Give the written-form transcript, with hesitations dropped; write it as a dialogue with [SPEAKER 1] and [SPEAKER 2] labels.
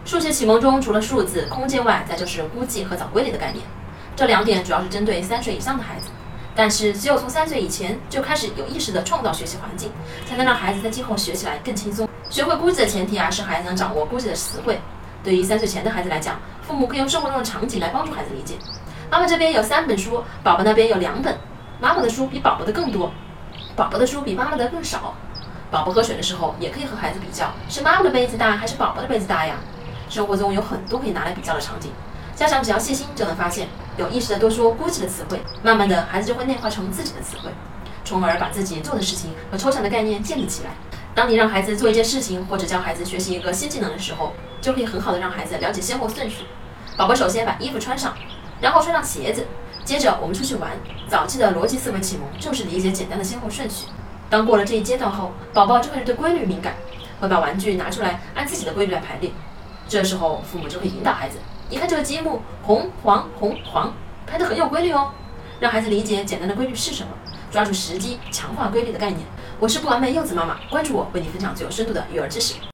[SPEAKER 1] 数学启蒙中除了数字、空间外，再就是估计和找规律的概念。这2点主要是针对3岁以上的孩子，但是只有从3岁以前就开始有意识地创造学习环境，才能让孩子在今后学起来更轻松。学会估计的前提是孩子能掌握估计的词汇。对于3岁前的孩子来讲，父母可以用生活中的场景来帮助孩子理解。妈妈这边有3本书，宝宝那边有2本。妈妈的书比宝宝的更多，宝宝的书比妈妈的更少。宝宝喝水的时候也可以和孩子比较，是妈妈的杯子大还是宝宝的杯子大呀？生活中有很多可以拿来比较的场景，家长只要细心就能发现，有意识地多说估计的词汇，慢慢的孩子就会内化成自己的词汇，从而把自己做的事情和抽象的概念建立起来。当你让孩子做一件事情，或者教孩子学习一个新技能的时候，就可以很好的让孩子了解先后顺序。宝宝首先把衣服穿上，然后穿上鞋子，接着我们出去玩。早期的逻辑思维启蒙就是理解简单的先后顺序。当过了这一阶段后，宝宝就开始对规律敏感，会把玩具拿出来按自己的规律来排列。这时候父母就会引导孩子，你看这个积木，红黄红黄，排得很有规律哦，让孩子理解简单的规律是什么，抓住时机，强化规律的概念。我是不完美柚子妈妈，关注我，为你分享最有深度的育儿知识。